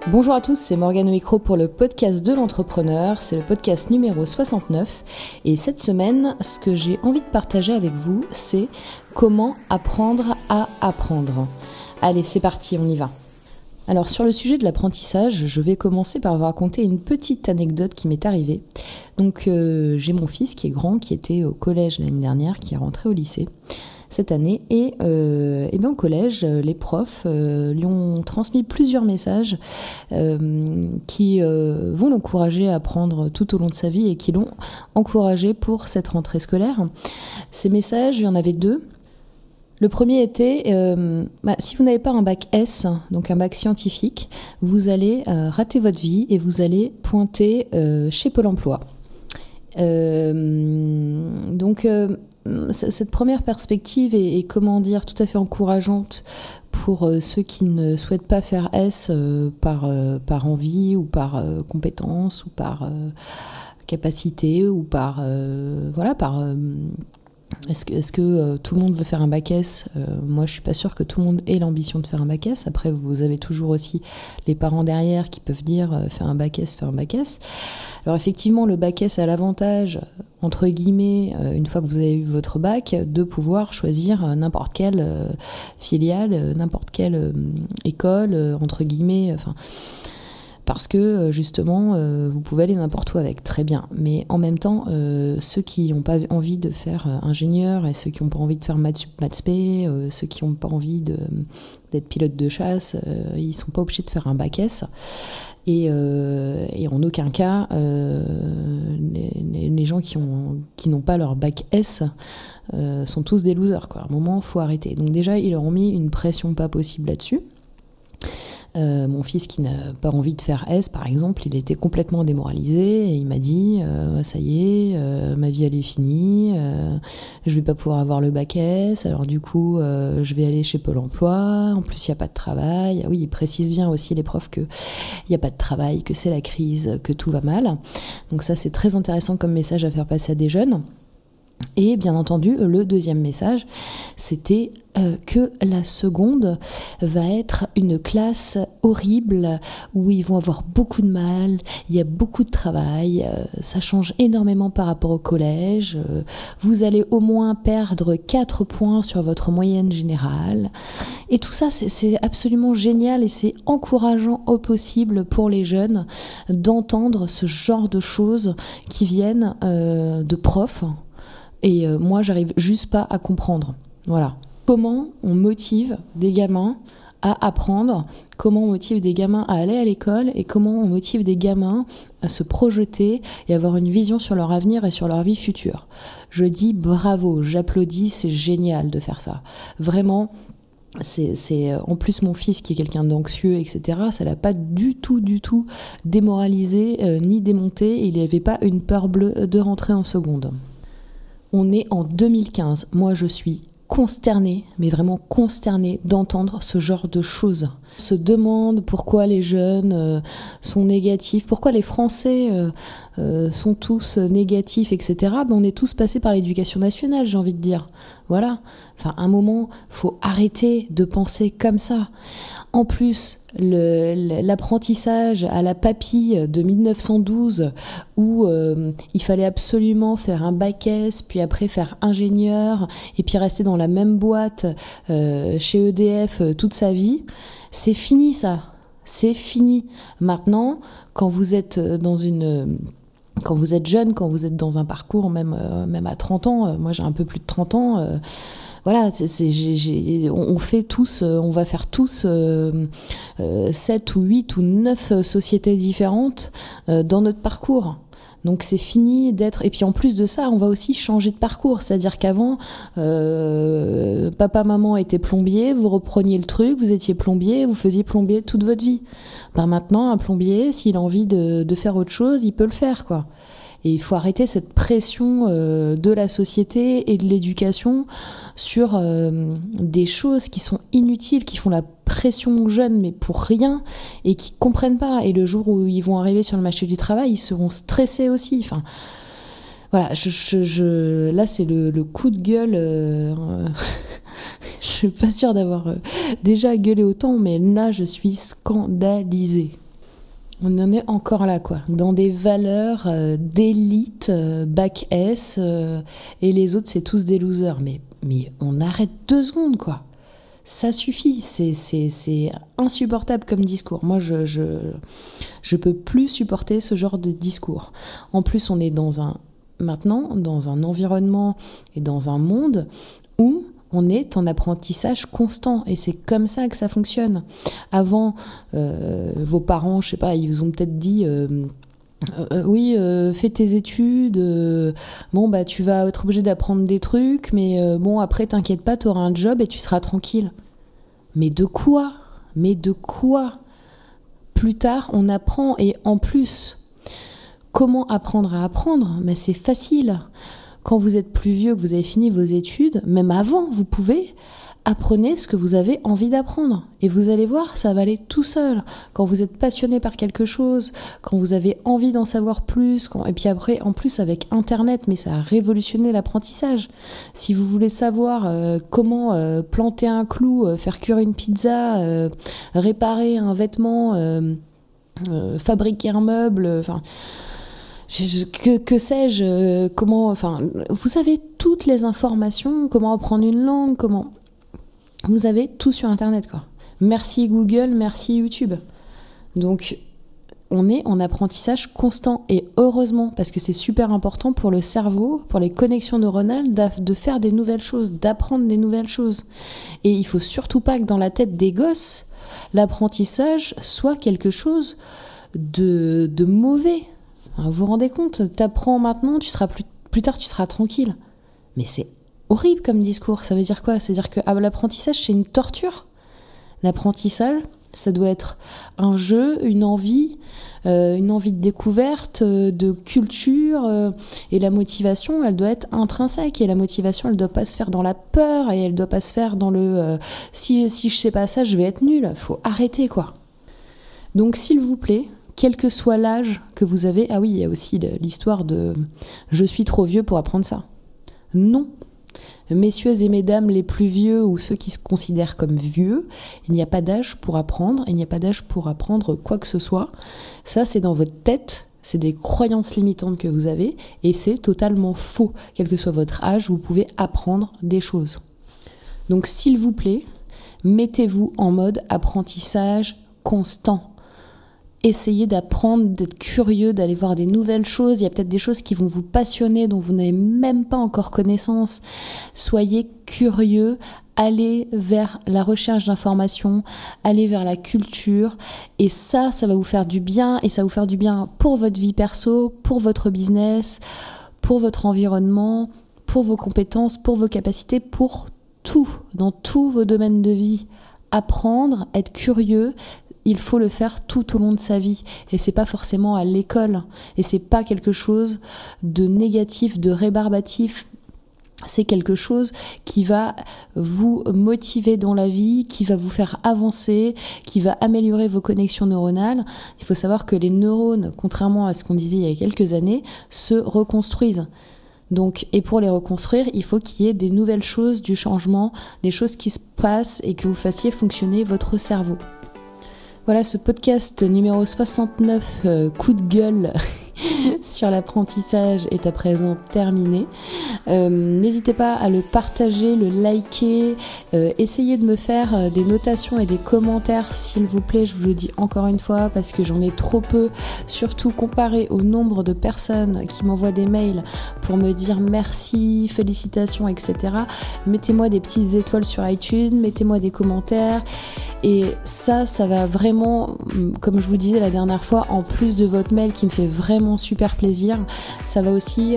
Bonjour à tous, c'est Morgane au micro pour le podcast de l'entrepreneur, c'est le podcast numéro 69 et cette semaine, ce que j'ai envie de partager avec vous, c'est comment apprendre à apprendre. Allez, c'est parti, on y va. Alors sur le sujet de l'apprentissage, je vais commencer par vous raconter une petite anecdote qui m'est arrivée. Donc j'ai mon fils qui est grand, qui était au collège l'année dernière, qui est rentré au lycée cette année et bien au collège les profs lui ont transmis plusieurs messages qui vont l'encourager à apprendre tout au long de sa vie et qui l'ont encouragé pour cette rentrée scolaire. Ces messages, il y en avait deux. Le premier était si vous n'avez pas un bac S, donc un bac scientifique, vous allez rater votre vie et vous allez pointer chez Pôle emploi. Cette première perspective est comment dire, tout à fait encourageante pour ceux qui ne souhaitent pas faire S par envie ou par compétence ou par capacité ou par est-ce que tout le monde veut faire un bac S ? Moi, je suis pas sûre que tout le monde ait l'ambition de faire un bac S. Après, vous avez toujours aussi les parents derrière qui peuvent dire faire un bac S, faire un bac S. Alors effectivement, le bac S a l'avantage, entre guillemets, une fois que vous avez eu votre bac, de pouvoir choisir n'importe quelle filiale, n'importe quelle école, entre guillemets, parce que justement vous pouvez aller n'importe où avec, très bien, mais en même temps ceux qui n'ont pas envie de faire ingénieur et ceux qui n'ont pas envie de faire maths sup, maths spé, ceux qui n'ont pas envie d'être pilote de chasse, ils sont pas obligés de faire un bac S et en aucun cas les gens qui n'ont pas leur bac S sont tous des losers, quoi. À un moment faut arrêter. Donc déjà ils leur ont mis une pression pas possible là-dessus. Mon fils qui n'a pas envie de faire S par exemple, il était complètement démoralisé et il m'a dit ça y est, ma vie elle est finie, je vais pas pouvoir avoir le bac S, alors du coup je vais aller chez Pôle emploi, en plus il n'y a pas de travail. Oui, il précise bien aussi les profs que il n'y a pas de travail, que c'est la crise, que tout va mal. Donc ça c'est très intéressant comme message à faire passer à des jeunes. Et bien entendu, le deuxième message, c'était que la seconde va être une classe horrible où ils vont avoir beaucoup de mal, il y a beaucoup de travail, ça change énormément par rapport au collège, vous allez au moins perdre 4 points sur votre moyenne générale. Et tout ça, c'est absolument génial et c'est encourageant au possible pour les jeunes d'entendre ce genre de choses qui viennent de profs. Et moi, j'arrive juste pas à comprendre. Voilà. Comment on motive des gamins à apprendre, comment on motive des gamins à aller à l'école et comment on motive des gamins à se projeter et avoir une vision sur leur avenir et sur leur vie future. Je dis bravo, j'applaudis, c'est génial de faire ça. Vraiment, c'est en plus mon fils qui est quelqu'un d'anxieux, etc. Ça l'a pas du tout démoralisé ni démonté. Il n'avait pas une peur bleue de rentrer en seconde. On est en 2015. Moi, je suis consternée, mais vraiment consternée d'entendre ce genre de choses. On se demande pourquoi les jeunes sont négatifs, pourquoi les Français sont tous négatifs, etc. Ben, on est tous passés par l'éducation nationale, j'ai envie de dire. Voilà. Enfin, à un moment, faut arrêter de penser comme ça. En plus, l'apprentissage à la papille de 1912 où il fallait absolument faire un bac S, puis après faire ingénieur, et puis rester dans la même boîte chez EDF toute sa vie, c'est fini ça. C'est fini. Maintenant, quand vous êtes quand vous êtes jeune, quand vous êtes dans un parcours, même à 30 ans, moi j'ai un peu plus de 30 ans, voilà, on fait tous, on va faire tous 7 ou 8 ou 9 sociétés différentes dans notre parcours. Donc c'est fini d'être... Et puis en plus de ça, on va aussi changer de parcours. C'est-à-dire qu'avant, papa, maman étaient plombiers, vous repreniez le truc, vous étiez plombier, vous faisiez plombier toute votre vie. Ben maintenant, un plombier, s'il a envie de faire autre chose, il peut le faire, quoi. Et il faut arrêter cette pression de la société et de l'éducation sur des choses qui sont inutiles, qui font la pression aux jeunes, mais pour rien, et qui comprennent pas. Et le jour où ils vont arriver sur le marché du travail, ils seront stressés aussi. Enfin, voilà, là c'est le coup de gueule. Je suis pas sûre d'avoir déjà gueulé autant, mais là je suis scandalisée. On en est encore là, quoi, dans des valeurs d'élite, bac S, et les autres, c'est tous des losers. Mais on arrête 2 secondes, quoi. Ça suffit, c'est insupportable comme discours. Moi, je peux plus supporter ce genre de discours. En plus, on est maintenant dans un environnement et dans un monde où on est en apprentissage constant et c'est comme ça que ça fonctionne. Avant, vos parents, je sais pas, ils vous ont peut-être dit oui, fais tes études, bon bah tu vas être obligé d'apprendre des trucs, mais bon après t'inquiète pas, t'auras un job et tu seras tranquille. Mais de quoi ? Plus tard, on apprend et en plus, comment apprendre à apprendre ? Mais c'est facile. Quand vous êtes plus vieux, que vous avez fini vos études, même avant, vous pouvez, apprenez ce que vous avez envie d'apprendre. Et vous allez voir, ça va aller tout seul. Quand vous êtes passionné par quelque chose, quand vous avez envie d'en savoir plus, et puis après, en plus avec Internet, mais ça a révolutionné l'apprentissage. Si vous voulez savoir comment planter un clou, faire cuire une pizza, réparer un vêtement, fabriquer un meuble, enfin... que sais-je, comment, enfin, vous avez toutes les informations, comment apprendre une langue, vous avez tout sur Internet, quoi. Merci Google, merci YouTube. Donc, on est en apprentissage constant et heureusement, parce que c'est super important pour le cerveau, pour les connexions neuronales, de faire des nouvelles choses, d'apprendre des nouvelles choses. Et il faut surtout pas que dans la tête des gosses, l'apprentissage soit quelque chose de mauvais. Vous vous rendez compte, t'apprends maintenant, plus tard tu seras tranquille. Mais c'est horrible comme discours, ça veut dire quoi ? C'est-à-dire que l'apprentissage c'est une torture. L'apprentissage, ça doit être un jeu, une envie de découverte, de culture, et la motivation, elle doit être intrinsèque, et la motivation, elle doit pas se faire dans la peur, et elle doit pas se faire dans le si je sais pas ça, je vais être nul. Faut arrêter, quoi. Donc s'il vous plaît, quel que soit l'âge que vous avez, ah oui, il y a aussi l'histoire de « je suis trop vieux pour apprendre ça ». Non. Messieurs et mesdames les plus vieux ou ceux qui se considèrent comme vieux, il n'y a pas d'âge pour apprendre, il n'y a pas d'âge pour apprendre quoi que ce soit. Ça, c'est dans votre tête, c'est des croyances limitantes que vous avez et c'est totalement faux. Quel que soit votre âge, vous pouvez apprendre des choses. Donc, s'il vous plaît, mettez-vous en mode apprentissage constant. Essayez d'apprendre, d'être curieux, d'aller voir des nouvelles choses. Il y a peut-être des choses qui vont vous passionner, dont vous n'avez même pas encore connaissance. Soyez curieux, allez vers la recherche d'informations, allez vers la culture. Et ça va vous faire du bien. Et ça va vous faire du bien pour votre vie perso, pour votre business, pour votre environnement, pour vos compétences, pour vos capacités, pour tout, dans tous vos domaines de vie. Apprendre, être curieux, il faut le faire tout au long de sa vie et c'est pas forcément à l'école et c'est pas quelque chose de négatif, de rébarbatif. C'est quelque chose qui va vous motiver dans la vie, qui va vous faire avancer, qui va améliorer vos connexions neuronales. Il faut savoir que les neurones, contrairement à ce qu'on disait il y a quelques années, se reconstruisent. Donc, et pour les reconstruire, il faut qu'il y ait des nouvelles choses, du changement, des choses qui se passent et que vous fassiez fonctionner votre cerveau. Voilà, ce podcast numéro 69, coup de gueule sur l'apprentissage est à présent terminé. N'hésitez pas à le partager, le liker, essayez de me faire des notations et des commentaires s'il vous plaît, je vous le dis encore une fois parce que j'en ai trop peu, surtout comparé au nombre de personnes qui m'envoient des mails pour me dire merci, félicitations, etc. Mettez-moi des petites étoiles sur iTunes, mettez-moi des commentaires et ça va vraiment, comme je vous disais la dernière fois, en plus de votre mail qui me fait vraiment super plaisir, ça va aussi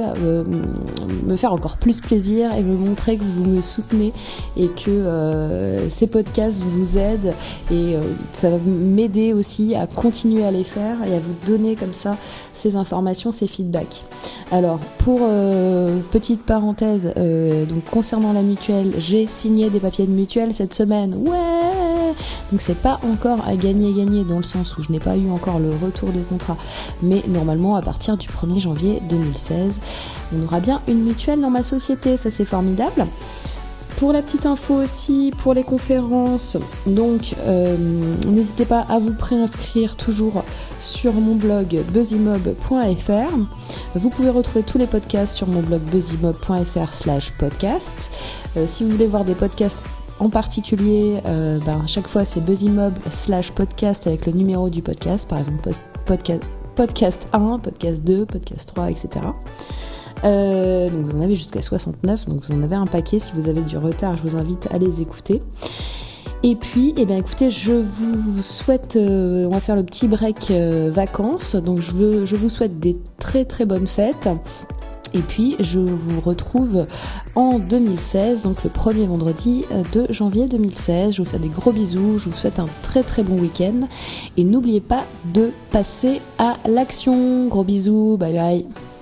me faire encore plus plaisir et me montrer que vous me soutenez et que ces podcasts vous aident et ça va m'aider aussi à continuer à les faire et à vous donner comme ça ces informations, ces feedbacks. Alors pour petite parenthèse, donc concernant la mutuelle, j'ai signé des papiers de mutuelle cette semaine. Ouais, donc c'est pas encore à gagner dans le sens où je n'ai pas eu encore le retour de contrat, mais normalement à partir du 1er janvier 2016 on aura bien une mutuelle dans ma société, ça c'est formidable. Pour la petite info aussi, pour les conférences, donc n'hésitez pas à vous préinscrire toujours sur mon blog buzzymob.fr. Vous pouvez retrouver tous les podcasts sur mon blog buzzymob.fr/podcast. Si vous voulez voir des podcasts en particulier, à chaque fois c'est buzzymob/podcast avec le numéro du podcast, par exemple podcast 1, podcast 2, podcast 3, etc. Donc vous en avez jusqu'à 69, donc vous en avez un paquet. Si vous avez du retard, je vous invite à les écouter. Et puis, écoutez, je vous souhaite, on va faire le petit break vacances, donc je vous souhaite des très très bonnes fêtes. Et puis je vous retrouve en 2016, donc le premier vendredi de janvier 2016. Je vous fais des gros bisous, je vous souhaite un très très bon week-end. Et n'oubliez pas de passer à l'action. Gros bisous, bye bye.